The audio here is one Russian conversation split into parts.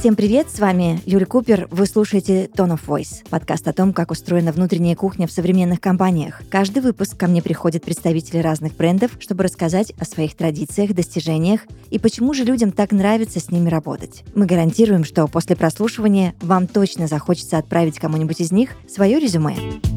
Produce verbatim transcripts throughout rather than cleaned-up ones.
Всем привет, с вами Юлия Купер. Вы слушаете Tone of Voice, подкаст о том, как устроена внутренняя кухня в современных компаниях. Каждый выпуск ко мне приходят представители разных брендов, чтобы рассказать о своих традициях, достижениях и почему же людям так нравится с ними работать. Мы гарантируем, что после прослушивания вам точно захочется отправить кому-нибудь из них свое резюме.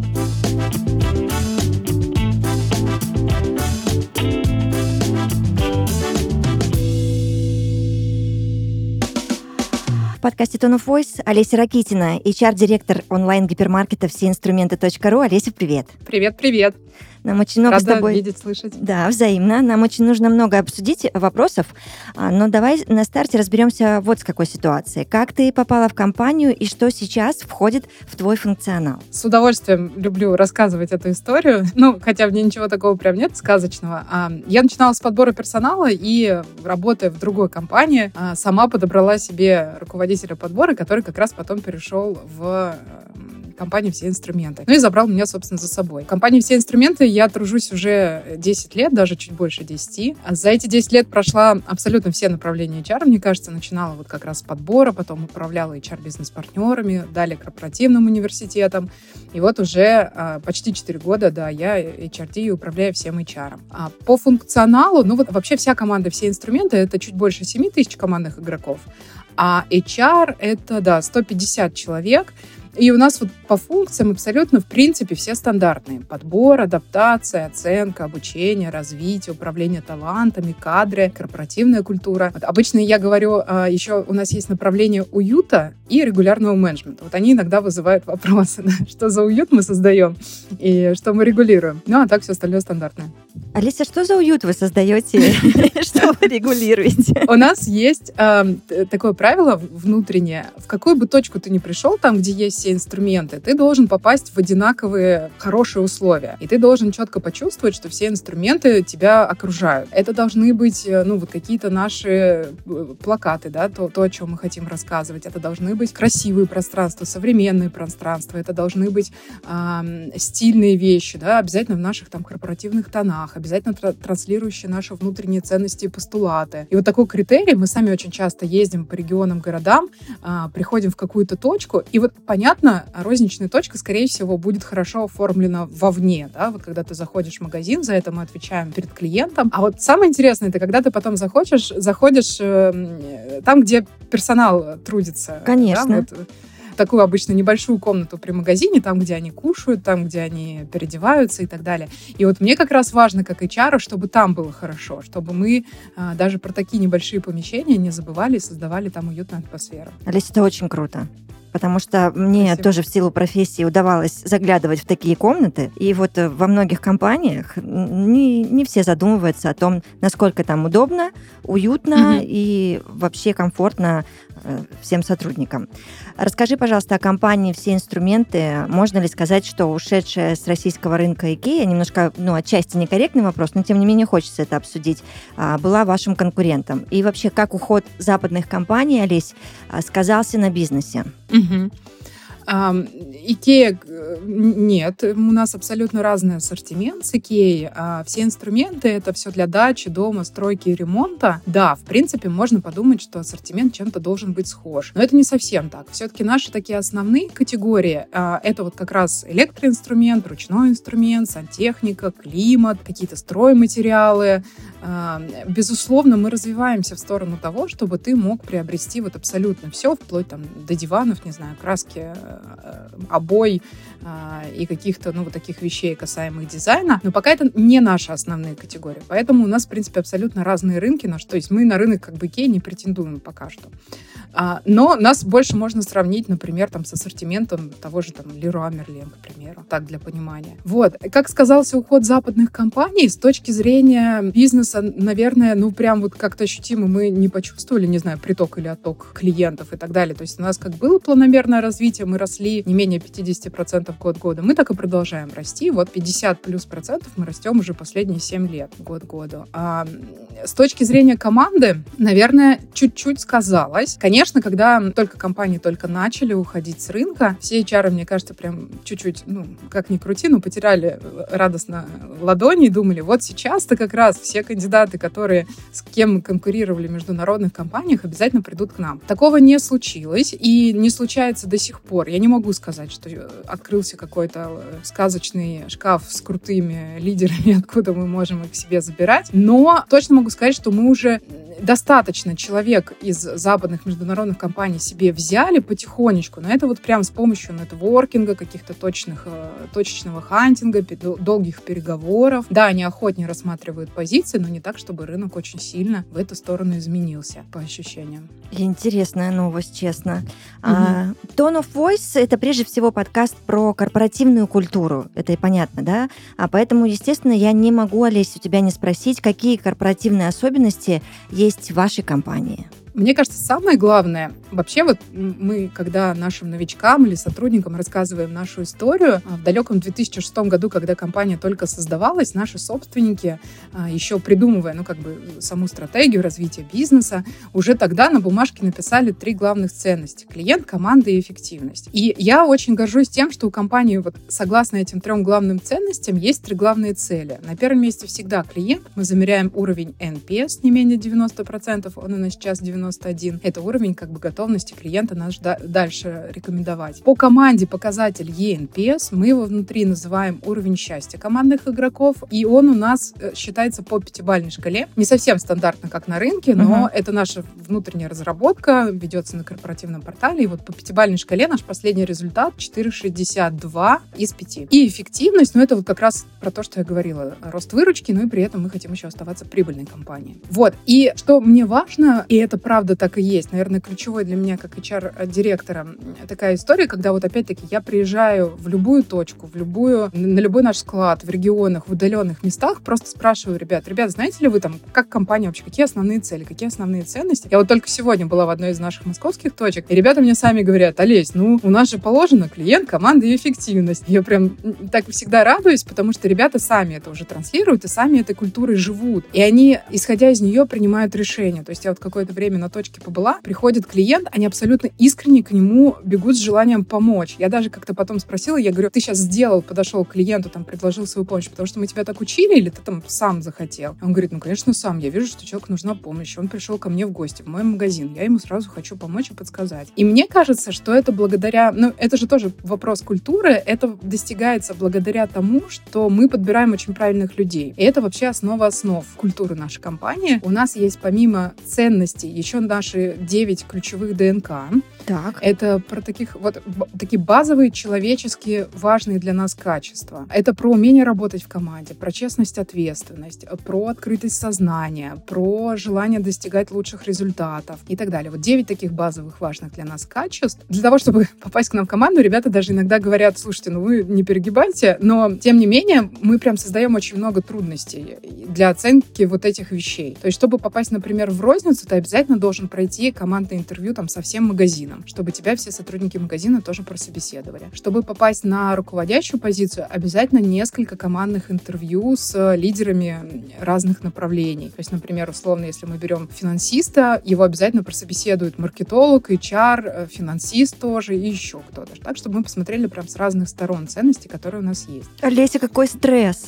В подкасте Tone of Voice Олеся Ракитина, эйч ар-директор онлайн-гипермаркета все инструменты точка ру. Олеся, привет. Привет-привет. Нам очень много Рада с тобой... видеть, слышать. Да, взаимно. Нам очень нужно много обсудить вопросов, но давай на старте разберемся вот с какой ситуацией. Как ты попала в компанию и что сейчас входит в твой функционал? С удовольствием люблю рассказывать эту историю. Ну, хотя в ней ничего такого прям нет сказочного. Я начинала с подбора персонала и, работая в другой компании, сама подобрала себе руководителя подбора, который как раз потом перешел в компании «Все инструменты». Ну и забрал меня, собственно, за собой. В компании «Все инструменты» я тружусь уже десять лет, даже чуть больше десяти. А за эти десять лет прошла абсолютно все направления эйч ар, мне кажется. Начинала вот как раз с подбора, потом управляла эйч ар-бизнес-партнерами, далее корпоративным университетом. И вот уже а, почти четыре года, да, я эйч ар ди и управляю всем эйч ар. А по функционалу, ну вот вообще вся команда «Все инструменты» — это чуть больше семь тысяч командных игроков. А эйч ар — это, да, сто пятьдесят человек. И у нас вот по функциям абсолютно, в принципе, все стандартные. Подбор, адаптация, оценка, обучение, развитие, управление талантами, кадры, корпоративная культура. Вот обычно я говорю, еще у нас есть направление уюта и регулярного менеджмента. Вот они иногда вызывают вопросы, да, что за уют мы создаем и что мы регулируем. Ну, а так все остальное стандартное. Алиса, что за уют вы создаете, что вы регулируете? У нас есть такое правило внутреннее. В какую бы точку ты ни пришел, там, где есть все инструменты, ты должен попасть в одинаковые хорошие условия. И ты должен четко почувствовать, что все инструменты тебя окружают. Это должны быть, ну, вот какие-то наши плакаты, да, то, то, о чем мы хотим рассказывать. Это должны быть красивые пространства, современные пространства. Это должны быть э, стильные вещи, да, обязательно в наших там корпоративных тонах, обязательно тра- транслирующие наши внутренние ценности и постулаты. И вот такой критерий, мы сами очень часто ездим по регионам, городам, э, приходим в какую-то точку, и вот понятно, розничная точка, скорее всего, будет хорошо оформлена вовне, да, вот когда ты заходишь в магазин, за это мы отвечаем перед клиентом. А вот самое интересное, это когда ты потом заходишь, заходишь э, там, где персонал трудится. Конечно. Да, вот, такую обычно небольшую комнату при магазине, там, где они кушают, там, где они переодеваются и так далее. И вот мне как раз важно, как эйч ар, чтобы там было хорошо, чтобы мы а, даже про такие небольшие помещения не забывали и создавали там уютную атмосферу. Алиса, это очень круто. Потому что мне Спасибо. Тоже в силу профессии удавалось заглядывать в такие комнаты. И вот во многих компаниях не, не все задумываются о том, насколько там удобно, уютно mm-hmm. и вообще комфортно всем сотрудникам. Расскажи, пожалуйста, о компании «Все инструменты». Можно ли сказать, что ушедшая с российского рынка IKEA, немножко, ну, отчасти некорректный вопрос, но тем не менее хочется это обсудить, была вашим конкурентом? И вообще, как уход западных компаний, Олесь, сказался на бизнесе? Угу. IKEA нет, у нас абсолютно разный ассортимент с IKEA. Все инструменты — это все для дачи, дома, стройки и ремонта. Да, в принципе, можно подумать, что ассортимент чем-то должен быть схож. Но это не совсем так. Все-таки наши такие основные категории — это вот как раз электроинструмент, ручной инструмент, сантехника, климат, какие-то стройматериалы. Безусловно, мы развиваемся в сторону того, чтобы ты мог приобрести вот абсолютно все, вплоть там до диванов, не знаю, краски, обой и каких-то, ну, вот таких вещей, касаемых дизайна. Но пока это не наши основные категории. Поэтому у нас, в принципе, абсолютно разные рынки. То есть мы на рынок как бы IKEA не претендуем пока что. Но нас больше можно сравнить, например, там, с ассортиментом того же там Leroy Merlin, к примеру. Так, для понимания. Вот. Как сказался уход западных компаний, с точки зрения бизнеса, наверное, ну, прям вот как-то ощутимо мы не почувствовали, не знаю, приток или отток клиентов и так далее. То есть у нас как было планомерное развитие, мы росли не менее пятьдесят процентов процентов год года, мы так и продолжаем расти. Вот пятьдесят плюс процентов мы растем уже последние семь лет год году. А с точки зрения команды, наверное, чуть-чуть сказалось. Конечно, когда только компании только начали уходить с рынка, все эйч ар, мне кажется, прям чуть-чуть, ну, как ни крути, но потеряли радостно ладони и думали, вот сейчас-то как раз все кандидаты, которые с кем мы конкурировали в международных компаниях, обязательно придут к нам. Такого не случилось и не случается до сих пор. Я не могу сказать, что открылся какой-то сказочный шкаф с крутыми лидерами, откуда мы можем их к себе забирать, но точно могу сказать, что мы уже достаточно человек из западных международных компаний себе взяли потихонечку, но это вот прям с помощью нетворкинга, каких-то точных, точечного хантинга, долгих переговоров. Да, они охотнее рассматривают позиции, но не так, чтобы рынок очень сильно в эту сторону изменился, по ощущениям. Интересная новость, честно. Угу. А, Tone of Voice — это прежде всего подкаст про корпоративную культуру, это и понятно, да? А поэтому, естественно, я не могу, Олесь, у тебя не спросить, какие корпоративные особенности есть в вашей компании. Мне кажется, самое главное, вообще вот мы, когда нашим новичкам или сотрудникам рассказываем нашу историю, в далеком две тысячи шестом году, когда компания только создавалась, наши собственники, еще придумывая, ну, как бы саму стратегию развития бизнеса, уже тогда на бумажке написали три главных ценности: клиент, команда и эффективность. И я очень горжусь тем, что у компании вот согласно этим трем главным ценностям есть три главные цели. На первом месте всегда клиент. Мы замеряем уровень эн пи эс не менее девяносто процентов, он у нас сейчас девяносто один. Это уровень как бы готовности клиента нас да, дальше рекомендовать. По команде показатель и эн пи эс, мы его внутри называем уровень счастья командных игроков, и он у нас считается по пятибалльной шкале. Не совсем стандартно, как на рынке, но uh-huh. это наша внутренняя разработка, ведется на корпоративном портале, и вот по пятибалльной шкале наш последний результат четыре целых шестьдесят два из пяти. И эффективность, ну это вот как раз про то, что я говорила, рост выручки, но и при этом мы хотим еще оставаться прибыльной компанией. Вот. И что мне важно, и это правда так и есть. Наверное, ключевой для меня, как эйч ар-директора, такая история, когда вот опять-таки я приезжаю в любую точку, в любую, на любой наш склад, в регионах, в удаленных местах, просто спрашиваю ребят, ребят, знаете ли вы там, как компания вообще, какие основные цели, какие основные ценности? Я вот только сегодня была в одной из наших московских точек, и ребята мне сами говорят: Олесь, ну, у нас же положено клиент, команда и эффективность. Я прям так всегда радуюсь, потому что ребята сами это уже транслируют и сами этой культурой живут. И они, исходя из нее, принимают решения. То есть я вот какое-то время на точке побыла, приходит клиент, они абсолютно искренне к нему бегут с желанием помочь. Я даже как-то потом спросила, я говорю: ты сейчас сделал, подошел к клиенту, там, предложил свою помощь, потому что мы тебя так учили, или ты там сам захотел? Он говорит: ну, конечно, сам. Я вижу, что человеку нужна помощь. Он пришел ко мне в гости, в мой магазин. Я ему сразу хочу помочь и подсказать. И мне кажется, что это благодаря... Ну, это же тоже вопрос культуры. Это достигается благодаря тому, что мы подбираем очень правильных людей. И это вообще основа основ культуры нашей компании. У нас есть помимо ценностей еще наши девять ключевых ДНК. Так. Это про таких вот б- такие базовые человеческие важные для нас качества. Это про умение работать в команде, про честность, ответственность, про открытость сознания, про желание достигать лучших результатов и так далее. Вот девять таких базовых важных для нас качеств. Для того, чтобы попасть к нам в команду, ребята даже иногда говорят: слушайте, ну вы не перегибайте, но тем не менее мы прям создаем очень много трудностей для оценки вот этих вещей. То есть, чтобы попасть, например, в розницу, ты обязательно должен пройти командное интервью там со всем магазином, чтобы тебя все сотрудники магазина тоже прособеседовали. Чтобы попасть на руководящую позицию, обязательно несколько командных интервью с лидерами разных направлений. То есть, например, условно, если мы берем финансиста, его обязательно прособеседует маркетолог, эйч ар, финансист тоже и еще кто-то. Так, чтобы мы посмотрели прям с разных сторон ценности, которые у нас есть. Олеся, какой стресс!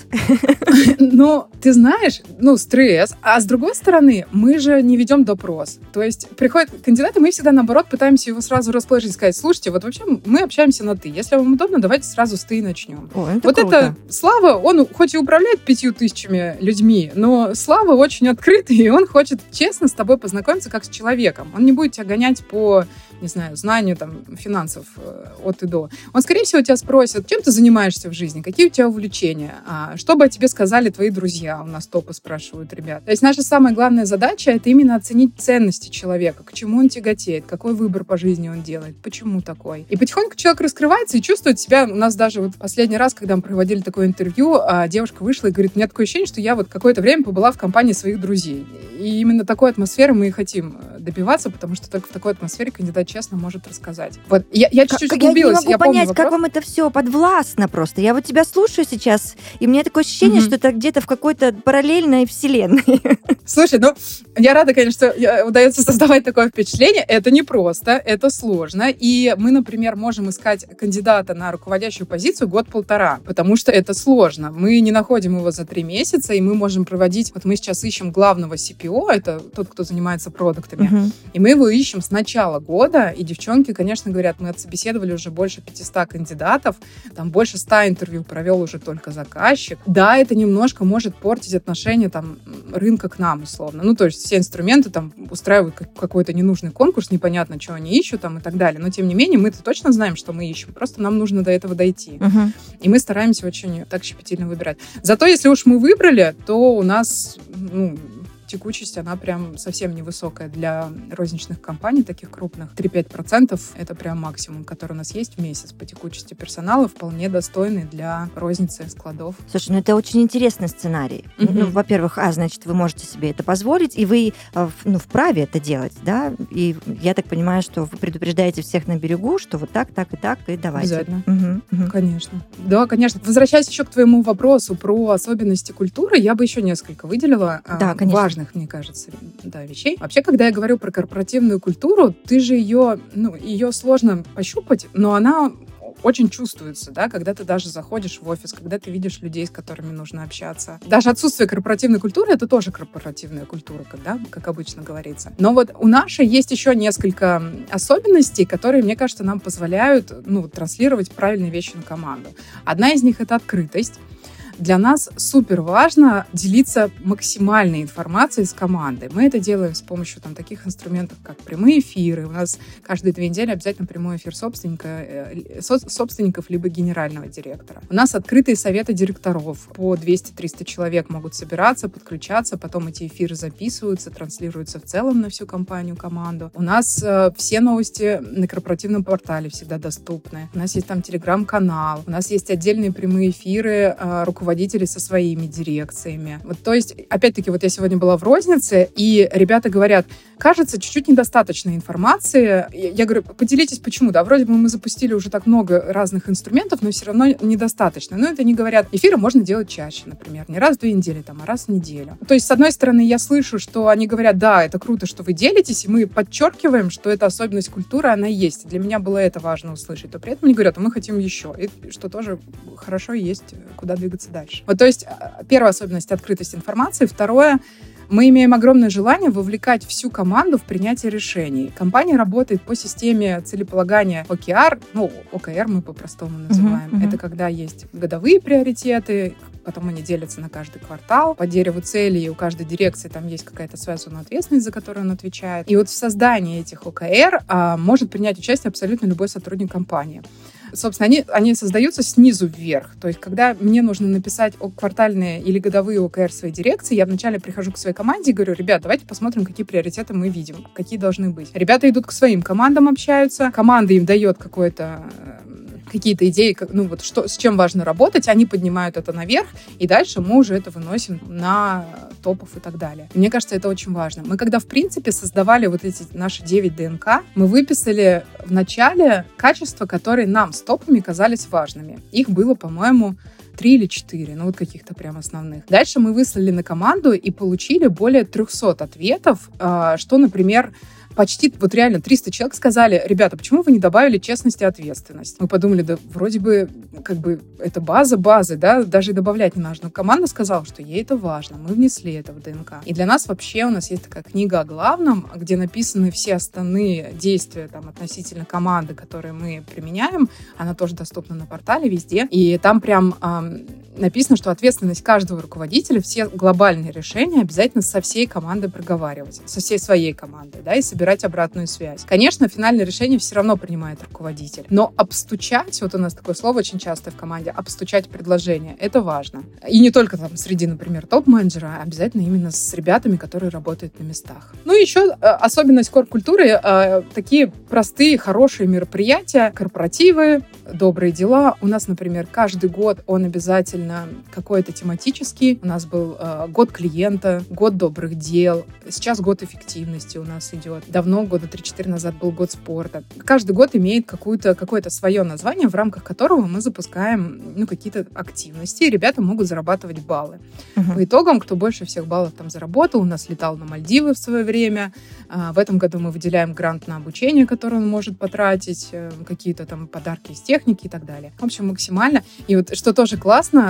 Ну, ты знаешь, ну, стресс. А с другой стороны, мы же не ведем допрос. То есть приходят кандидаты, мы всегда, наоборот, пытаемся его сразу расположить и сказать: слушайте, вот вообще мы общаемся на «ты». Если вам удобно, давайте сразу с «ты» начнем. О, это вот круто. Это Слава, он хоть и управляет пятью тысячами людьми, но Слава очень открытый, и он хочет честно с тобой познакомиться как с человеком. Он не будет тебя гонять по, не знаю, знанию там, финансов э, от и до. Он, скорее всего, тебя спросит: чем ты занимаешься в жизни, какие у тебя увлечения, а, что бы о тебе сказали твои друзья, у нас топы спрашивают ребят. То есть наша самая главная задача — это именно оценить ценности человека, к чему он тяготеет, какой выбор по жизни он делает, почему такой. И потихоньку человек раскрывается и чувствует себя. У нас даже вот последний раз, когда мы проводили такое интервью, а девушка вышла и говорит: у меня такое ощущение, что я вот какое-то время побыла в компании своих друзей. И именно такой атмосферы мы и хотим добиваться, потому что только в такой атмосфере кандидат честно может рассказать. Вот, я, я чуть-чуть как, углубилась. Я не могу я понять, помню как вам это все подвластно просто. Я вот тебя слушаю сейчас, и у меня такое ощущение, mm-hmm. что это где-то в какой-то параллельной вселенной. Слушай, ну, я рада, конечно, что удается создавать такое впечатление. Это непросто, это сложно. И мы, например, можем искать кандидата на руководящую позицию год-полтора, потому что это сложно. Мы не находим его за три месяца, и мы можем проводить... Вот мы сейчас ищем главного си пи о, это тот, кто занимается продуктами, uh-huh. и мы его ищем с начала года, и девчонки, конечно, говорят, мы отсобеседовали уже больше пятьсот кандидатов, там больше ста интервью провел уже только заказчик. Да, это немножко может портить отношение там, рынка к нам, условно. Ну, то есть все инструменты там устраивают какой-то ненужный конкурс, непонятно, что они ищут там и так далее. Но, тем не менее, мы-то точно знаем, что мы ищем. Просто нам нужно до этого дойти. Uh-huh. И мы стараемся очень так щепетильно выбирать. Зато, если уж мы выбрали, то у нас, ну, текучесть, она прям совсем невысокая для розничных компаний, таких крупных. три-пять процентов это прям максимум, который у нас есть в месяц по текучести персонала, вполне достойный для розницы складов. Слушай, ну это очень интересный сценарий. Mm-hmm. Ну, во-первых, а, значит, вы можете себе это позволить, и вы, ну, вправе это делать, да? И я так понимаю, что вы предупреждаете всех на берегу, что вот так, так и так, и давайте. Обязательно. Mm-hmm. Mm-hmm. Конечно. Да, конечно. Возвращаясь еще к твоему вопросу про особенности культуры, я бы еще несколько выделила да, важных, мне кажется, да, вещей. Вообще, когда я говорю про корпоративную культуру, ты же ее, ну, ее сложно пощупать, но она очень чувствуется, да, когда ты даже заходишь в офис, когда ты видишь людей, с которыми нужно общаться. Даже отсутствие корпоративной культуры — это тоже корпоративная культура, да, как обычно говорится. Но вот у нашей есть еще несколько особенностей, которые, мне кажется, нам позволяют, ну, транслировать правильные вещи на команду. Одна из них — это открытость. Для нас супер важно делиться максимальной информацией с командой. Мы это делаем с помощью там, таких инструментов, как прямые эфиры. У нас каждые две недели обязательно прямой эфир собственника, э, собственников либо генерального директора. У нас открытые советы директоров. По двести-триста человек могут собираться, подключаться, потом эти эфиры записываются, транслируются в целом на всю компанию, команду. У нас э, все новости на корпоративном портале всегда доступны. У нас есть там телеграм-канал, у нас есть отдельные прямые эфиры э, руководителей со своими дирекциями. Вот, то есть, опять-таки, вот я сегодня была в рознице, и ребята говорят, кажется, чуть-чуть недостаточно информации. Я, я говорю, поделитесь, почему? Да, вроде бы мы запустили уже так много разных инструментов, но все равно недостаточно. Но это не говорят. Эфиры можно делать чаще, например, не раз в две недели, там, а раз в неделю. То есть, с одной стороны, я слышу, что они говорят, да, это круто, что вы делитесь, и мы подчеркиваем, что эта особенность культуры, она есть. Для меня было это важно услышать. Но при этом они говорят, а мы хотим еще. И что тоже хорошо, есть куда двигаться дальше. Вот, то есть, первая особенность — открытость информации. Второе — мы имеем огромное желание вовлекать всю команду в принятие решений. Компания работает по системе целеполагания о ке ар, ну, о ка эр мы по-простому называем. Uh-huh, uh-huh. Это когда есть годовые приоритеты, потом они делятся на каждый квартал. По дереву целей у каждой дирекции там есть какая-то связанная ответственность, за которую он отвечает. И вот в создании этих о ка эр а, может принять участие абсолютно любой сотрудник компании. Собственно, они, они создаются снизу вверх. То есть, когда мне нужно написать квартальные или годовые о ка эр своей дирекции, я вначале прихожу к своей команде и говорю, ребят, давайте посмотрим, какие приоритеты мы видим, какие должны быть. Ребята идут к своим командам, общаются, команда им дает какое-то... какие-то идеи, как, ну вот что, с чем важно работать, они поднимают это наверх, и дальше мы уже это выносим на топов и так далее. Мне кажется, это очень важно. Мы когда, в принципе, создавали вот эти наши девять дэ эн ка, мы выписали в начале качества, которые нам с топами казались важными. Их было, по-моему, три или четыре, ну вот каких-то прям основных. Дальше мы выслали на команду и получили более трехсот ответов, что, например, почти, вот реально, триста человек сказали, ребята, почему вы не добавили честность и ответственность? Мы подумали, да вроде бы, как бы, это база базы, да, даже и добавлять не нужно. Но команда сказала, что ей это важно, мы внесли это в дэ эн ка. И для нас вообще у нас есть такая книга о главном, где написаны все основные действия там относительно команды, которые мы применяем. Она тоже доступна на портале везде. И там прям эм, написано, что ответственность каждого руководителя, все глобальные решения обязательно со всей командой проговаривать, со всей своей командой, да, и собирать обратную связь. Конечно, финальное решение все равно принимает руководитель, но обстучать, вот у нас такое слово очень часто в команде, обстучать предложение, это важно. И не только там среди, например, топ-менеджера, а обязательно именно с ребятами, которые работают на местах. Ну и еще особенность корп-культуры, такие простые, хорошие мероприятия, корпоративы, добрые дела. У нас, например, каждый год он обязательно обязательно какой-то тематический. У нас был э, год клиента, год добрых дел. Сейчас год эффективности у нас идет. Давно, года три-четыре назад, был год спорта. Каждый год имеет какую-то, какое-то свое название, в рамках которого мы запускаем ну, какие-то активности, и ребята могут зарабатывать баллы. Uh-huh. По итогам, кто больше всех баллов там заработал, у нас летал на Мальдивы в свое время. А, в этом году мы выделяем грант на обучение, который он может потратить, какие-то там подарки из техники и так далее. В общем, максимально. И вот что тоже классно,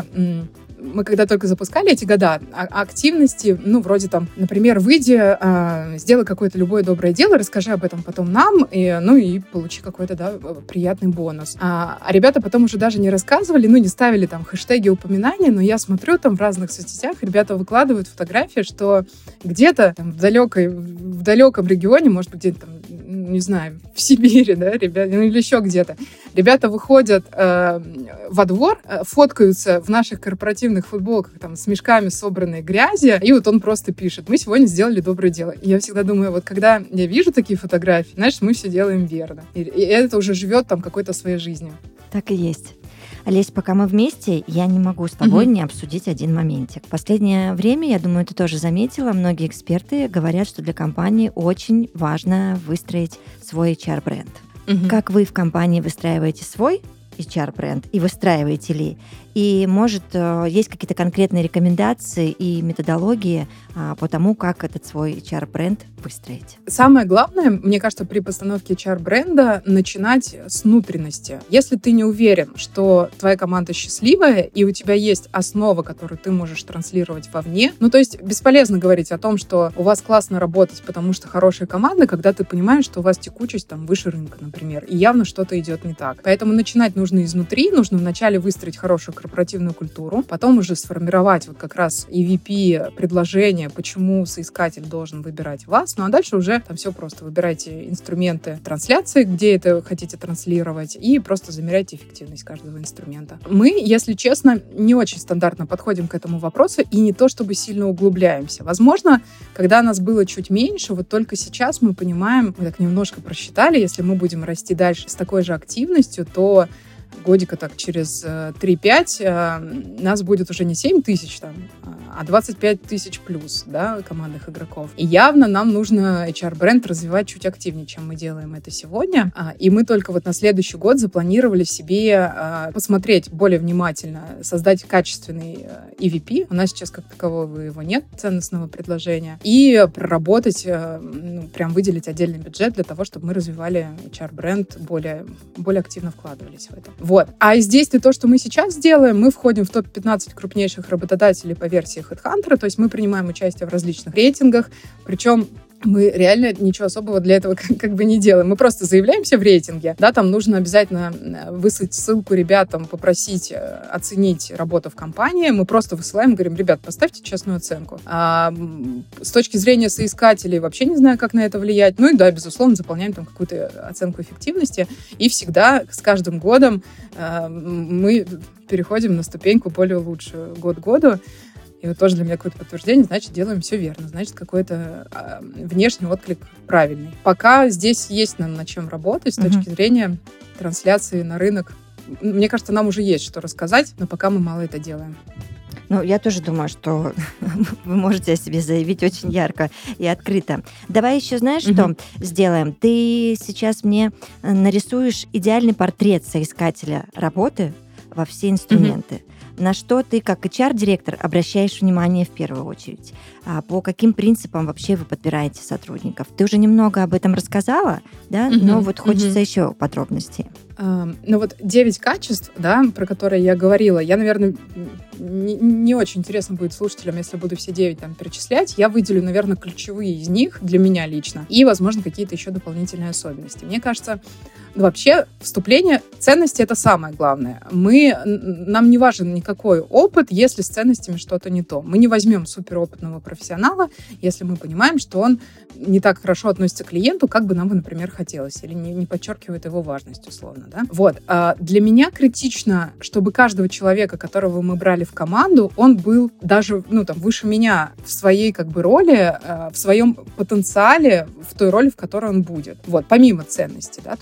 мы когда только запускали эти года, а- активности, ну, вроде там, например, выйди, а, сделай какое-то любое доброе дело, расскажи об этом потом нам, и, ну, и получи какой-то, да, приятный бонус. А, а ребята потом уже даже не рассказывали, ну, не ставили там хэштеги упоминания, но я смотрю там в разных соцсетях, ребята выкладывают фотографии, что где-то там в далекой, в далеком регионе, может быть, где-то там, не знаю, в Сибири, да, ребята, ну, или еще где-то, ребята выходят э, во двор, э, фоткаются в наших корпоративных футболках там с мешками собранной грязи, и вот он просто пишет: мы сегодня сделали доброе дело. И я всегда думаю, вот когда я вижу такие фотографии, знаешь, мы все делаем верно. И, и это уже живет там какой-то своей жизнью. Так и есть. Олесь, пока мы вместе, я не могу с тобой Мгм. не обсудить один моментик. В последнее время, я думаю, ты тоже заметила, многие эксперты говорят, что для компании очень важно выстроить свой эйч ар-бренд. Мгм. Как вы в компании выстраиваете свой эйч ар-бренд и выстраиваете ли? И, может, э, есть какие-то конкретные рекомендации и методологии а, по тому, как этот свой эйч ар-бренд выстроить? Самое главное, мне кажется, при постановке эйч ар-бренда начинать с внутренности. Если ты не уверен, что твоя команда счастливая, и у тебя есть основа, которую ты можешь транслировать вовне, ну, то есть бесполезно говорить о том, что у вас классно работать, потому что хорошая команда, когда ты понимаешь, что у вас текучесть там выше рынка, например, и явно что-то идет не так. Поэтому начинать нужно изнутри, нужно вначале выстроить хорошую корпоративную культуру, потом уже сформировать вот как раз и ви пи предложение, почему соискатель должен выбирать вас. Ну а дальше уже там все просто. Выбирайте инструменты трансляции, где это хотите транслировать, и просто замеряйте эффективность каждого инструмента. Мы, если честно, не очень стандартно подходим к этому вопросу и не то чтобы сильно углубляемся. Возможно, когда нас было чуть меньше, вот только сейчас мы понимаем, мы так немножко просчитали, если мы будем расти дальше с такой же активностью, то годика так через э, три-пять э, нас будет уже не семь тысяч там, а двадцать пять тысяч плюс, да, командных игроков. И явно нам нужно эйч ар-бренд развивать чуть активнее, чем мы делаем это сегодня. А, и мы только вот на следующий год запланировали себе а, посмотреть более внимательно, создать качественный а, и ви пи. У нас сейчас как такового его нет, ценностного предложения. И проработать, а, ну, прям выделить отдельный бюджет для того, чтобы мы развивали эйч ар-бренд, более, более активно вкладывались в это. Вот. А из действий то, что мы сейчас делаем, мы входим в топ пятнадцать крупнейших работодателей по версии HeadHunter, то есть мы принимаем участие в различных рейтингах, причем мы реально ничего особого для этого как, как бы не делаем. Мы просто заявляемся в рейтинге, да, там нужно обязательно выслать ссылку ребятам, попросить оценить работу в компании. Мы просто высылаем, говорим: ребят, поставьте честную оценку. А, с точки зрения соискателей вообще не знаю, как на это влиять. Ну и да, безусловно, заполняем там какую-то оценку эффективности. И всегда с каждым годом а, мы переходим на ступеньку более лучшую год к году. И вот тоже для меня какое-то подтверждение, значит, делаем все верно, значит, какой-то а, внешний отклик правильный. Пока здесь есть нам над чем работать с точки uh-huh. зрения трансляции на рынок. Мне кажется, нам уже есть что рассказать, но пока мы мало это делаем. Ну, я тоже думаю, что вы можете о себе заявить очень ярко и открыто. Давай еще, знаешь, что uh-huh. сделаем? Ты сейчас мне нарисуешь идеальный портрет соискателя работы во все инструменты. Uh-huh. На что ты, как эйч ар-директор, обращаешь внимание в первую очередь? А по каким принципам вообще вы подбираете сотрудников? Ты уже немного об этом рассказала, да? Uh-huh. Но вот хочется uh-huh. еще подробностей. Uh, ну вот девять качеств, да, про которые я говорила, я, наверное, не, не очень интересно будет слушателям, если буду все девять там перечислять. Я выделю, наверное, ключевые из них для меня лично и, возможно, какие-то еще дополнительные особенности. Мне кажется, ну, вообще вступление, ценности — это самое главное. Мы, нам не важен никакой опыт, если с ценностями что-то не то. Мы не возьмем суперопытного профессионала, если мы понимаем, что он не так хорошо относится к клиенту, как бы нам бы, например, хотелось, или не, не подчеркивает его важность, условно. Да? Вот. А для меня критично, чтобы каждого человека, которого мы брали в команду, он был даже, ну, там, выше меня в своей, как бы, роли, в своем потенциале, в той роли, в которой он будет. Вот. Помимо ценностей, да, то есть ценности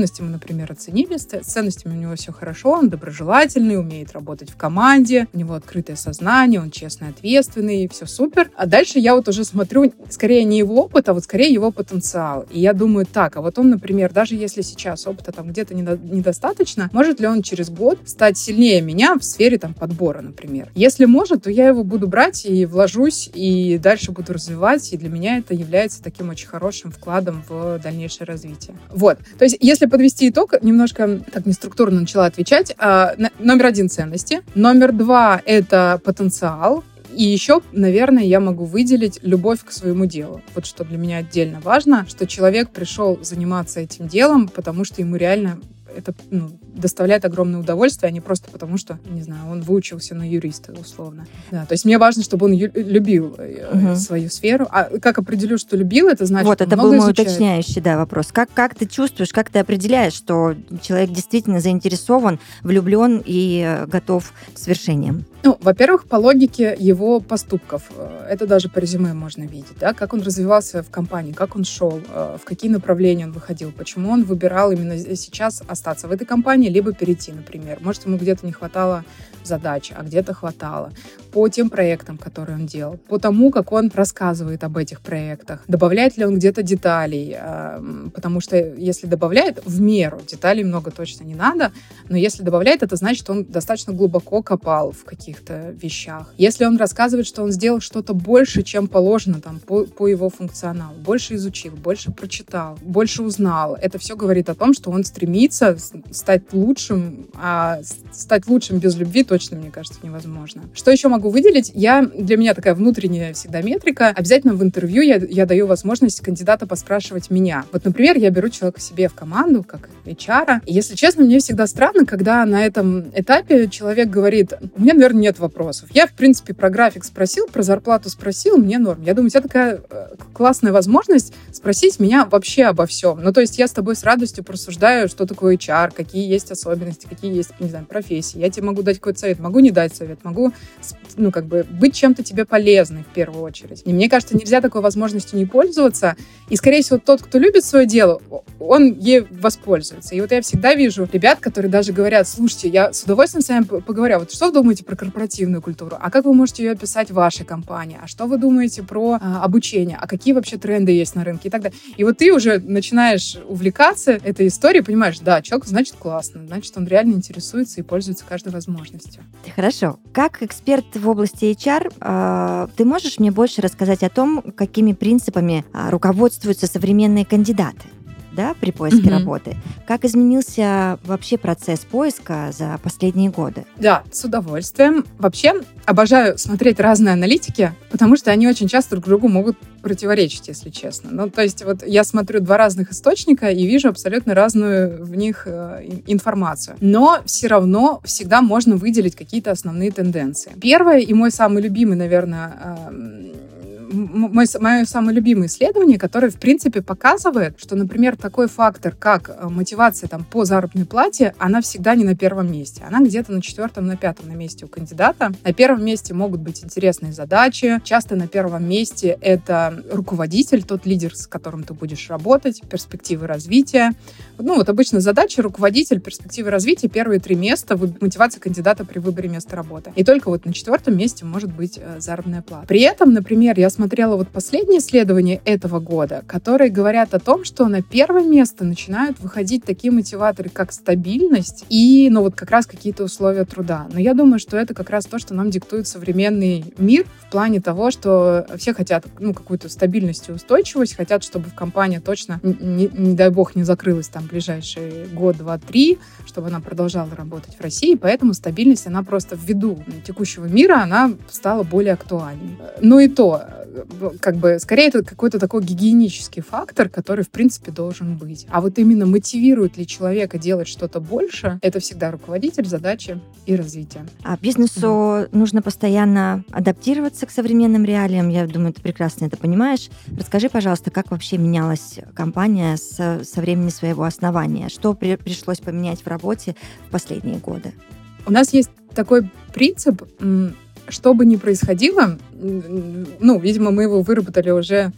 ценности мы, например, оценили, с ценностями у него все хорошо, он доброжелательный, умеет работать в команде, у него открытое сознание, он честный, ответственный, все супер. А дальше я вот уже смотрю, скорее не его опыт, а вот скорее его потенциал. И я думаю, так, а вот он, например, даже если сейчас опыта там где-то недо- недостаточно, может ли он через год стать сильнее меня в сфере там подбора, например. Если может, то я его буду брать и вложусь, и дальше буду развивать, и для меня это является таким очень хорошим вкладом в дальнейшее развитие. Вот. То есть, если подвести итог, немножко так неструктурно начала отвечать. А, номер один — ценности. Номер два — это потенциал. И еще, наверное, я могу выделить любовь к своему делу. Вот что для меня отдельно важно, что человек пришел заниматься этим делом, потому что ему реально это, ну, доставляет огромное удовольствие, а не просто потому, что, не знаю, он выучился на юриста, условно. Да, то есть мне важно, чтобы он ю- любил угу. свою сферу. А как определю, что любил, это значит, вот, он это много был мой изучает. уточняющий, да, вопрос. Как, как ты чувствуешь, как ты определяешь, что человек действительно заинтересован, влюблен и готов к свершениям? Ну, во-первых, по логике его поступков. Это даже по резюме можно видеть, да, как он развивался в компании, как он шел, в какие направления он выходил, почему он выбирал именно сейчас остаться в этой компании, либо перейти, например. Может, ему где-то не хватало задач, а где-то хватало. По тем проектам, которые он делал, по тому, как он рассказывает об этих проектах, добавляет ли он где-то деталей, потому что если добавляет в меру, деталей много точно не надо, но если добавляет, это значит, он достаточно глубоко копал в каких-то вещах. Если он рассказывает, что он сделал что-то больше, чем положено там, по, по его функционалу, больше изучил, больше прочитал, больше узнал, это все говорит о том, что он стремится стать лучшим, а стать лучшим без любви точно, мне кажется, невозможно. Что еще могу выделить? Я, для меня такая внутренняя всегда метрика. Обязательно в интервью я, я даю возможность кандидата поспрашивать меня. Вот, например, я беру человека себе в команду, как эйч ар. И, если честно, мне всегда странно, когда на этом этапе человек говорит, у меня, наверное, нет вопросов. Я, в принципе, про график спросил, про зарплату спросил, мне норм. Я думаю, у тебя такая классная возможность спросить меня вообще обо всем. Ну, то есть я с тобой с радостью просуждаю, что такое эйч ар, какие есть особенности, какие есть, не знаю, профессии. Я тебе могу дать какой-то совет, могу не дать совет, могу, ну, как бы, быть чем-то тебе полезной в первую очередь. И мне кажется, нельзя такой возможностью не пользоваться. И, скорее всего, тот, кто любит свое дело, он ей воспользуется. И вот я всегда вижу ребят, которые даже говорят, слушайте, я с удовольствием с вами поговорю, вот что вы думаете про корпоративную культуру? А как вы можете ее описать в вашей компании? А что вы думаете про а, обучение? А какие вообще тренды есть на рынке? И так далее. И вот ты уже начинаешь увлекаться этой историей, понимаешь, да, человек, значит, классно, значит, он реально интересуется и пользуется каждой возможностью. Хорошо. Как эксперт в области эйч ар, э, ты можешь мне больше рассказать о том, какими принципами э, руководствуются современные кандидаты, да, при поиске mm-hmm. работы? Как изменился вообще процесс поиска за последние годы? Да, с удовольствием. Вообще, обожаю смотреть разные аналитики, потому что они очень часто друг другу могут противоречить, если честно. Ну, то есть вот я смотрю два разных источника и вижу абсолютно разную в них э, информацию. Но все равно всегда можно выделить какие-то основные тенденции. Первое и мой самый любимый, наверное, э, Мой, мое самое любимое исследование, которое, в принципе, показывает, что, например, такой фактор, как мотивация там, по заработной плате, она всегда не на первом месте. Она где-то на четвертом, на пятом на месте у кандидата. На первом месте могут быть интересные задачи. Часто на первом месте это руководитель, тот лидер, с которым ты будешь работать, перспективы развития. Ну, вот обычно задачи, руководитель, перспективы развития, первые три места, мотивация кандидата при выборе места работы. И только вот на четвертом месте может быть заработная плата. При этом, например, я смотрела вот последние исследования этого года, которые говорят о том, что на первое место начинают выходить такие мотиваторы, как стабильность и, ну, вот как раз какие-то условия труда. Но я думаю, что это как раз то, что нам диктует современный мир в плане того, что все хотят, ну, какую-то стабильность и устойчивость, хотят, чтобы в компании точно, не, не дай бог, не закрылась там ближайший год, два, три, чтобы она продолжала работать в России, поэтому стабильность, она просто ввиду текущего мира, она стала более актуальной. Ну и то, как бы, скорее, это какой-то такой гигиенический фактор, который, в принципе, должен быть. А вот именно мотивирует ли человека делать что-то больше, это всегда руководитель, задачи и развитие. А бизнесу mm. нужно постоянно адаптироваться к современным реалиям. Я думаю, ты прекрасно это понимаешь. Расскажи, пожалуйста, как вообще менялась компания с, со времени своего основания? Что при, пришлось поменять в работе в последние годы? У нас есть такой принцип, что бы ни происходило, ну, видимо, мы его выработали уже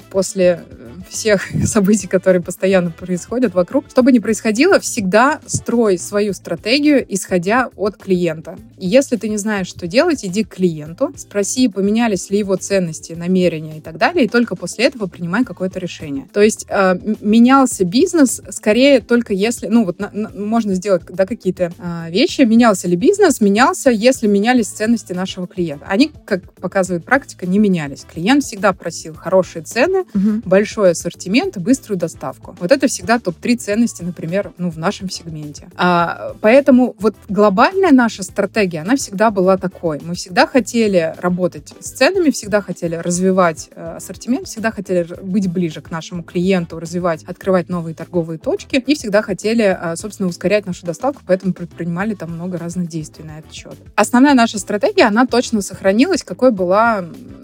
после всех событий, которые постоянно происходят вокруг. Что бы ни происходило, всегда строй свою стратегию, исходя от клиента. И если ты не знаешь, что делать, иди к клиенту, спроси, поменялись ли его ценности, намерения и так далее, и только после этого принимай какое-то решение. То есть э, менялся бизнес скорее только если, ну вот на, на, можно сделать да, какие-то э, вещи, менялся ли бизнес, менялся, если менялись ценности нашего клиента. Они, как показывает практика, не менялись. Клиент всегда просил хорошие цены, угу. большой ассортимент и быструю доставку. Вот это всегда топ три ценности, например, ну, в нашем сегменте. А, поэтому вот глобальная наша стратегия, она всегда была такой. Мы всегда хотели работать с ценами, всегда хотели развивать э, ассортимент, всегда хотели быть ближе к нашему клиенту, развивать, открывать новые торговые точки и всегда хотели, э, собственно, ускорять нашу доставку, поэтому предпринимали там много разных действий на этот счет. Основная наша стратегия, она точно сохранилась, какой была...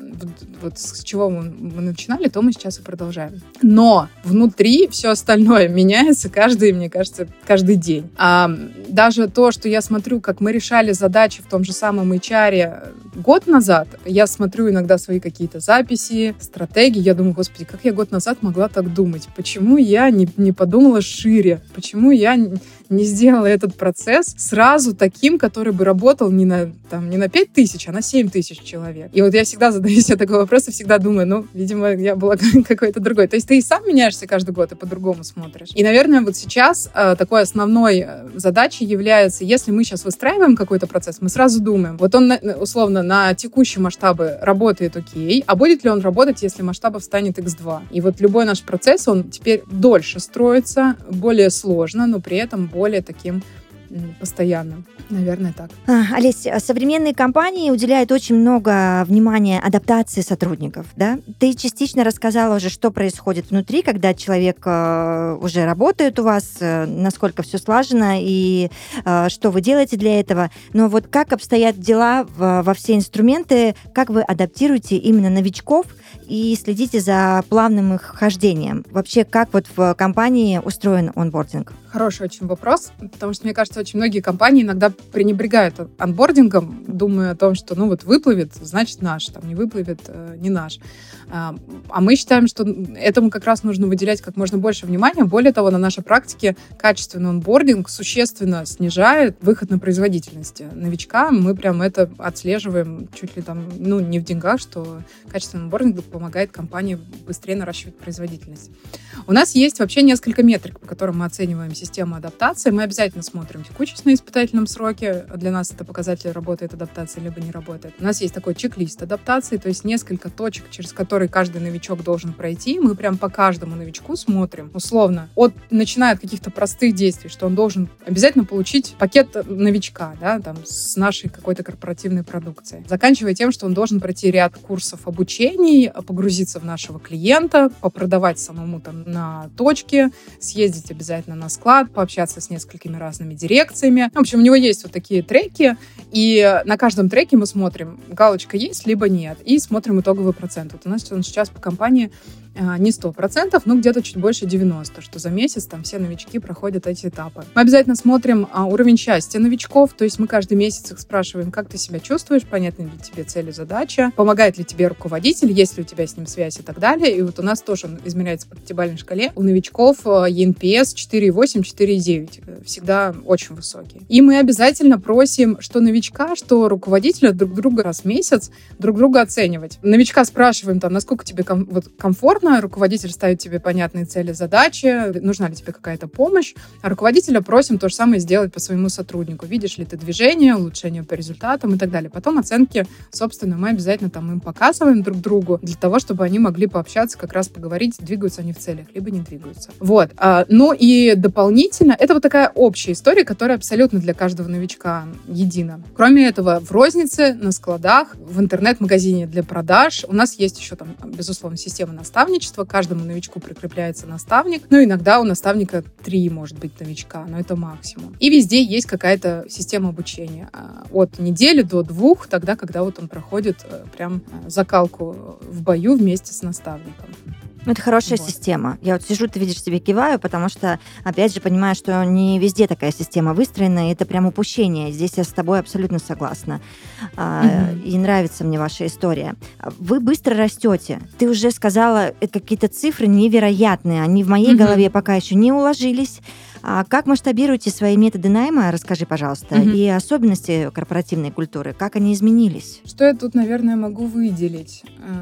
Вот с чего мы, мы начинали, то мы сейчас и продолжаем. Но внутри все остальное меняется каждый, мне кажется, каждый день. А даже то, что я смотрю, как мы решали задачи в том же самом эйч ар год назад, я смотрю иногда свои какие-то записи, стратегии, я думаю, господи, как я год назад могла так думать? Почему я не, не подумала шире? Почему я не сделала этот процесс сразу таким, который бы работал не на, там, не на пять тысяч, а на семь тысяч человек? И вот я всегда задаю себе такой вопрос и всегда думаю, ну, видимо, я была какой-то другой. То есть ты и сам меняешься каждый год и по-другому смотришь. И, наверное, вот сейчас э, такой основной задачей является, если мы сейчас выстраиваем какой-то процесс, мы сразу думаем, вот он, условно, на текущие масштабы работает окей, а будет ли он работать, если масштабов станет икс два? И вот любой наш процесс, он теперь дольше строится, более сложно, но при этом более таким постоянным. Наверное, так. А, Олесь, современные компании уделяют очень много внимания адаптации сотрудников, да? Ты частично рассказала уже, что происходит внутри, когда человек э, уже работает у вас, э, насколько все слажено и э, что вы делаете для этого. Но вот как обстоят дела в, во все инструменты, как вы адаптируете именно новичков и следите за плавным их хождением? Вообще, как вот в компании устроен онбординг? Хороший очень вопрос, потому что, мне кажется, очень многие компании иногда пренебрегают онбордингом, думая о том, что, ну, вот выплывет, значит, наш, там, не выплывет, э, не наш. А, а мы считаем, что этому как раз нужно выделять как можно больше внимания. Более того, на нашей практике качественный онбординг существенно снижает выход на производительность новичка. Мы прям это отслеживаем чуть ли там, ну, не в деньгах, что качественный онбординг помогает компании быстрее наращивать производительность. У нас есть вообще несколько метрик, по которым мы оцениваем систему адаптации. Мы обязательно смотрим текучесть на испытательном сроке. Для нас это показатель, работает адаптация либо не работает. У нас есть такой чек-лист адаптации, то есть несколько точек, через которые каждый новичок должен пройти. Мы прям по каждому новичку смотрим, условно, от начиная от каких-то простых действий, что он должен обязательно получить пакет новичка, да, там, с нашей какой-то корпоративной продукцией. Заканчивая тем, что он должен пройти ряд курсов обучений, погрузиться в нашего клиента, попродавать самому там на точке, съездить обязательно на склад, пообщаться с несколькими разными дирекциями. В общем, у него есть вот такие треки, и на каждом треке мы смотрим, галочка есть, либо нет, и смотрим итоговый процент. Вот у нас он сейчас по компании не сто процентов, но где-то чуть больше девяносто процентов, что за месяц там все новички проходят эти этапы. Мы обязательно смотрим а, уровень счастья новичков, то есть мы каждый месяц их спрашиваем, как ты себя чувствуешь, понятны ли тебе цели, задача, помогает ли тебе руководитель, есть ли у тебя с ним связь и так далее. И вот у нас тоже он измеряется по пятибалльной шкале. У новичков и эн пи эс четыре и восемь, четыре и девять. Всегда очень высокий. И мы обязательно просим, что новичка, что руководителя друг друга раз в месяц друг друга оценивать. Новичка спрашиваем, там, насколько тебе ком- вот, комфортно, руководитель ставит тебе понятные цели, задачи, нужна ли тебе какая-то помощь, а руководителя просим то же самое сделать по своему сотруднику. Видишь ли ты движение, улучшение по результатам и так далее. Потом оценки, собственно, мы обязательно там им показываем друг другу для того, чтобы они могли пообщаться, как раз поговорить, двигаются они в целях, либо не двигаются. Вот. А, ну и дополнительно, это вот такая общая история, которая абсолютно для каждого новичка едина. Кроме этого, в рознице, на складах, в интернет-магазине для продаж у нас есть еще там, безусловно, система наставничества. Каждому новичку прикрепляется наставник. Ну, иногда у наставника три, может быть, новичка, но это максимум. И везде есть какая-то система обучения. От недели до двух, тогда, когда вот он проходит прям закалку в бою вместе с наставником. Ну, это хорошая вот. система. Я вот сижу, ты видишь, себе киваю, потому что, опять же, понимаю, что не везде такая система выстроена, и это прям упущение. Здесь я с тобой абсолютно согласна. Mm-hmm. И нравится мне ваша история. Вы быстро растете. Ты уже сказала какие-то цифры невероятные. Они в моей mm-hmm. голове пока еще не уложились. А как масштабируете свои методы найма, расскажи, пожалуйста, mm-hmm. и особенности корпоративной культуры, как они изменились? Что я тут, наверное, могу выделить?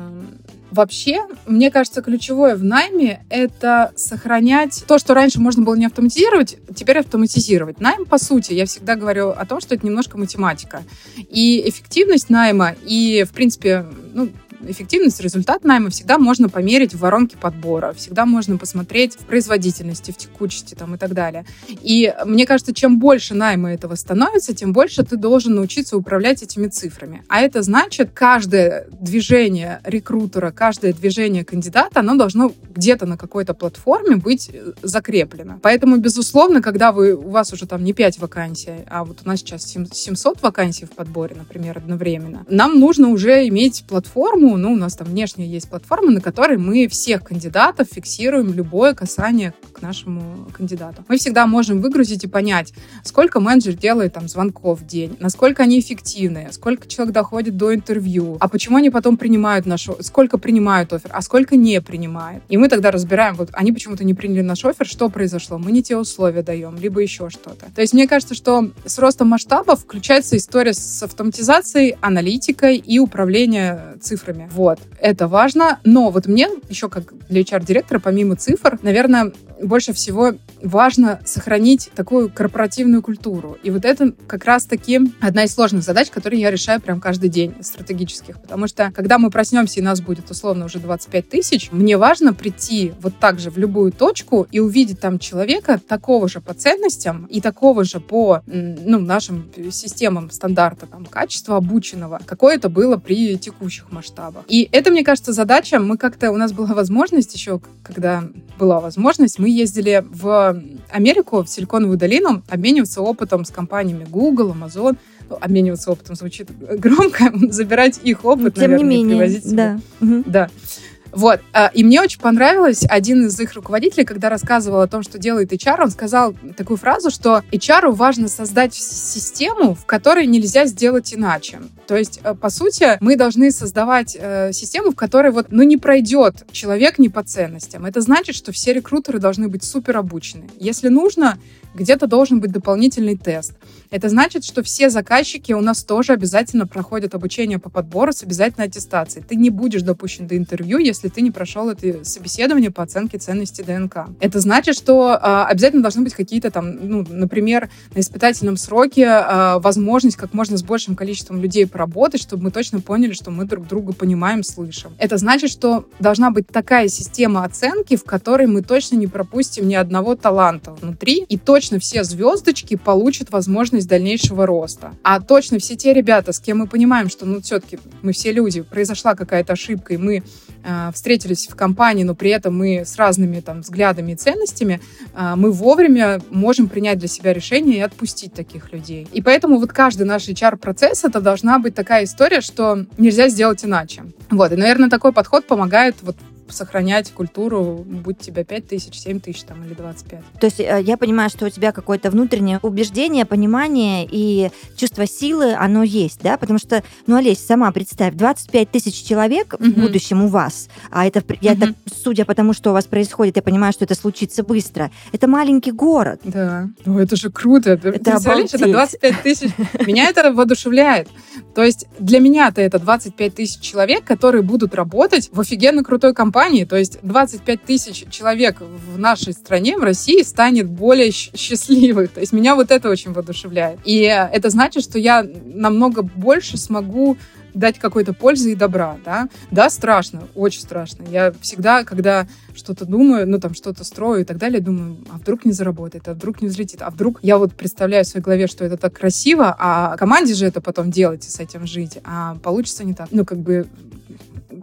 Вообще, мне кажется, ключевое в найме — это сохранять то, что раньше можно было не автоматизировать, теперь автоматизировать. Найм, по сути, я всегда говорю о том, что это немножко математика. И эффективность найма, и, в принципе, ну, эффективность, результат найма всегда можно померить в воронке подбора, всегда можно посмотреть в производительности, в текучести там, и так далее. И мне кажется, чем больше найма этого становится, тем больше ты должен научиться управлять этими цифрами. А это значит, каждое движение рекрутера, каждое движение кандидата, оно должно где-то на какой-то платформе быть закреплено. Поэтому, безусловно, когда вы, у вас уже там не пять вакансий, а вот у нас сейчас семьсот вакансий в подборе, например, одновременно, нам нужно уже иметь платформу. Ну, у нас там внешне есть платформа, на которой мы всех кандидатов фиксируем любое касание к нашему кандидату. Мы всегда можем выгрузить и понять, сколько менеджер делает там звонков в день, насколько они эффективны, сколько человек доходит до интервью, а почему они потом принимают наш, сколько принимают оффер, а сколько не принимают. И мы тогда разбираем, вот они почему-то не приняли наш оффер, что произошло, мы не те условия даем, либо еще что-то. То есть мне кажется, что с ростом масштабов включается история с автоматизацией, аналитикой и управлением цифрами. Вот, это важно, но вот мне еще как для эйч ар-директора, помимо цифр, наверное, больше всего важно сохранить такую корпоративную культуру. И вот это как раз-таки одна из сложных задач, которые я решаю прям каждый день, стратегических. Потому что, когда мы проснемся, и нас будет условно уже двадцать пять тысяч, мне важно прийти вот так же в любую точку и увидеть там человека такого же по ценностям и такого же по ну, нашим системам стандарта там, качества обученного, какое это было при текущих масштабах. И это, мне кажется, задача. Мы как-то, у нас была возможность еще, когда была возможность, мы ездили в Америку, в Силиконовую долину, обмениваться опытом с компаниями Google, Amazon. Ну, обмениваться опытом звучит громко, забирать их опыт, Тем наверное, не менее, привозить себе. Да. Угу. Да. Вот. И мне очень понравилось, один из их руководителей, когда рассказывал о том, что делает эйч ар, он сказал такую фразу, что эйч ар важно создать систему, в которой нельзя сделать иначе. То есть, по сути, мы должны создавать э, систему, в которой вот, ну, не пройдет человек не по ценностям. Это значит, что все рекрутеры должны быть супер обучены. Если нужно, где-то должен быть дополнительный тест. Это значит, что все заказчики у нас тоже обязательно проходят обучение по подбору с обязательной аттестацией. Ты не будешь допущен до интервью, если ты не прошел это собеседование по оценке ценности ДНК. Это значит, что а, обязательно должны быть какие-то там, ну, например, на испытательном сроке а, возможность как можно с большим количеством людей поработать, чтобы мы точно поняли, что мы друг друга понимаем, слышим. Это значит, что должна быть такая система оценки, в которой мы точно не пропустим ни одного таланта внутри, и точно все звездочки получат возможность дальнейшего роста. А точно все те ребята, с кем мы понимаем, что, ну, все-таки мы все люди, произошла какая-то ошибка, и мы э, встретились в компании, но при этом мы с разными там взглядами и ценностями, э, мы вовремя можем принять для себя решение и отпустить таких людей. И поэтому вот каждый наш эйч ар-процесс, это должна быть такая история, что нельзя сделать иначе. Вот, и, наверное, такой подход помогает вот сохранять культуру, будь тебя пять тысяч, семь тысяч там, или двадцать пять. То есть я понимаю, что у тебя какое-то внутреннее убеждение, понимание и чувство силы, оно есть, да? Потому что, ну, Олесь, сама представь, двадцать пять тысяч человек mm-hmm. в будущем у вас, а это, mm-hmm. я так, судя по тому, что у вас происходит, я понимаю, что это случится быстро. Это маленький город. Да. Ну, это же круто. Это представляешь, это двадцать пять тысяч. Меня это воодушевляет. То есть для меня-то это двадцать пять тысяч человек, которые будут работать в офигенно крутой компании. То есть двадцать пять тысяч человек в нашей стране, в России, станет более счастливых. То есть меня вот это очень воодушевляет. И это значит, что я намного больше смогу дать какой-то пользы и добра, да. Да, страшно, очень страшно. Я всегда, когда что-то думаю, ну, там, что-то строю и так далее, думаю, а вдруг не заработает, а вдруг не взлетит, а вдруг я вот представляю в своей голове, что это так красиво, а команде же это потом делать и с этим жить, а получится не так. Ну, как бы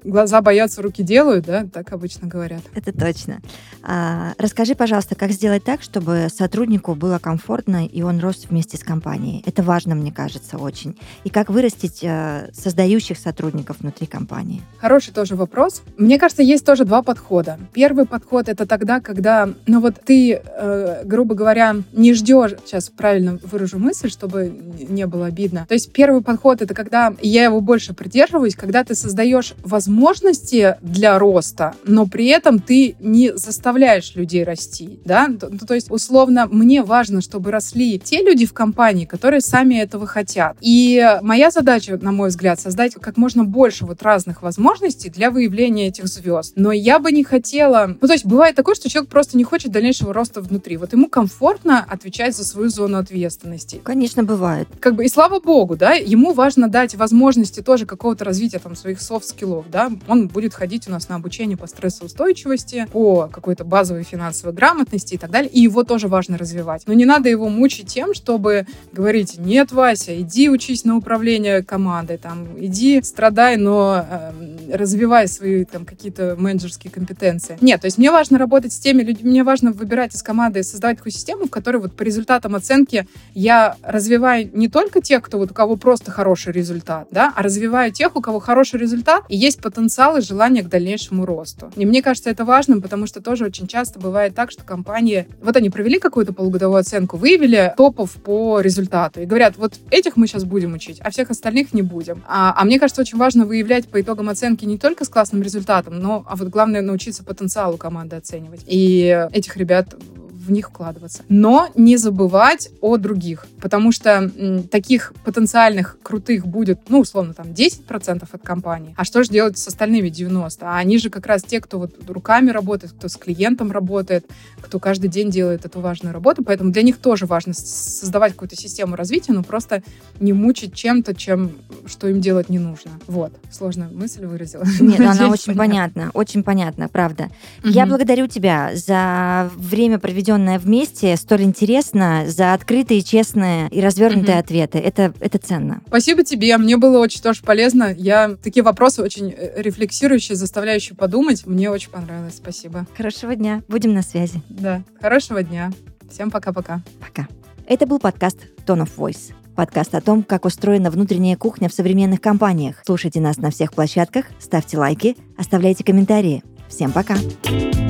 глаза боятся, руки делают, да, так обычно говорят. Это точно. А, расскажи, пожалуйста, как сделать так, чтобы сотруднику было комфортно, и он рос вместе с компанией. Это важно, мне кажется, очень. И как вырастить а, создающих сотрудников внутри компании? Хороший тоже вопрос. Мне кажется, есть тоже два подхода. Первый подход — это тогда, когда, ну вот ты, э, грубо говоря, не ждешь, сейчас правильно выражу мысль, чтобы не было обидно. То есть первый подход — это когда, я его больше придерживаюсь, когда ты создаешь возможности для роста, но при этом ты не заставляешь людей расти, да? То, то есть, условно, мне важно, чтобы росли те люди в компании, которые сами этого хотят. И моя задача, на мой взгляд, создать как можно больше вот разных возможностей для выявления этих звезд. Но я бы не хотела... Ну, то есть, бывает такое, что человек просто не хочет дальнейшего роста внутри. Вот ему комфортно отвечать за свою зону ответственности. Конечно, бывает. Как бы, и слава богу, да, ему важно дать возможности тоже какого-то развития там своих софт-скиллов, да. Он будет ходить у нас на обучение по стрессоустойчивости, по какой-то базовой финансовой грамотности и так далее. И его тоже важно развивать. Но не надо его мучить тем, чтобы говорить: нет, Вася, иди учись на управление командой, там, иди страдай, но э, развивай свои там какие-то менеджерские компетенции. Нет, то есть мне важно работать с теми людьми, мне важно выбирать из команды, создавать такую систему, в которой вот по результатам оценки я развиваю не только тех, кто вот у кого просто хороший результат, да, а развиваю тех, у кого хороший результат и есть потенциал и желание к дальнейшему росту. И мне кажется, это важным, потому что тоже очень часто бывает так, что компании, вот они провели какую-то полугодовую оценку, выявили топов по результату и говорят: вот этих мы сейчас будем учить, а всех остальных не будем. А, а мне кажется, очень важно выявлять по итогам оценки не только с классным результатом, но, а вот главное, научиться потенциалу команды оценивать. И этих ребят в них вкладываться. Но не забывать о других, потому что м, таких потенциальных крутых будет, ну, условно, там, десять процентов от компании. А что же делать с остальными девяносто процентов? А они же как раз те, кто вот руками работает, кто с клиентом работает, кто каждый день делает эту важную работу, поэтому для них тоже важно создавать какую-то систему развития, но просто не мучить чем-то, чем, что им делать не нужно. Вот. Сложную мысль выразила. Нет, она очень понятна, очень понятна, правда. Я благодарю тебя за время, проведенное вместе, столь интересно, за открытые, честные и развернутые угу. ответы. Это, это ценно. Спасибо тебе. Мне было очень тоже полезно. Я такие вопросы очень рефлексирующие, заставляющие подумать. Мне очень понравилось. Спасибо. Хорошего дня. Будем на связи. Да. Хорошего дня. Всем пока-пока. Пока. Это был подкаст Tone of Voice. Подкаст о том, как устроена внутренняя кухня в современных компаниях. Слушайте нас на всех площадках, ставьте лайки, оставляйте комментарии. Всем пока.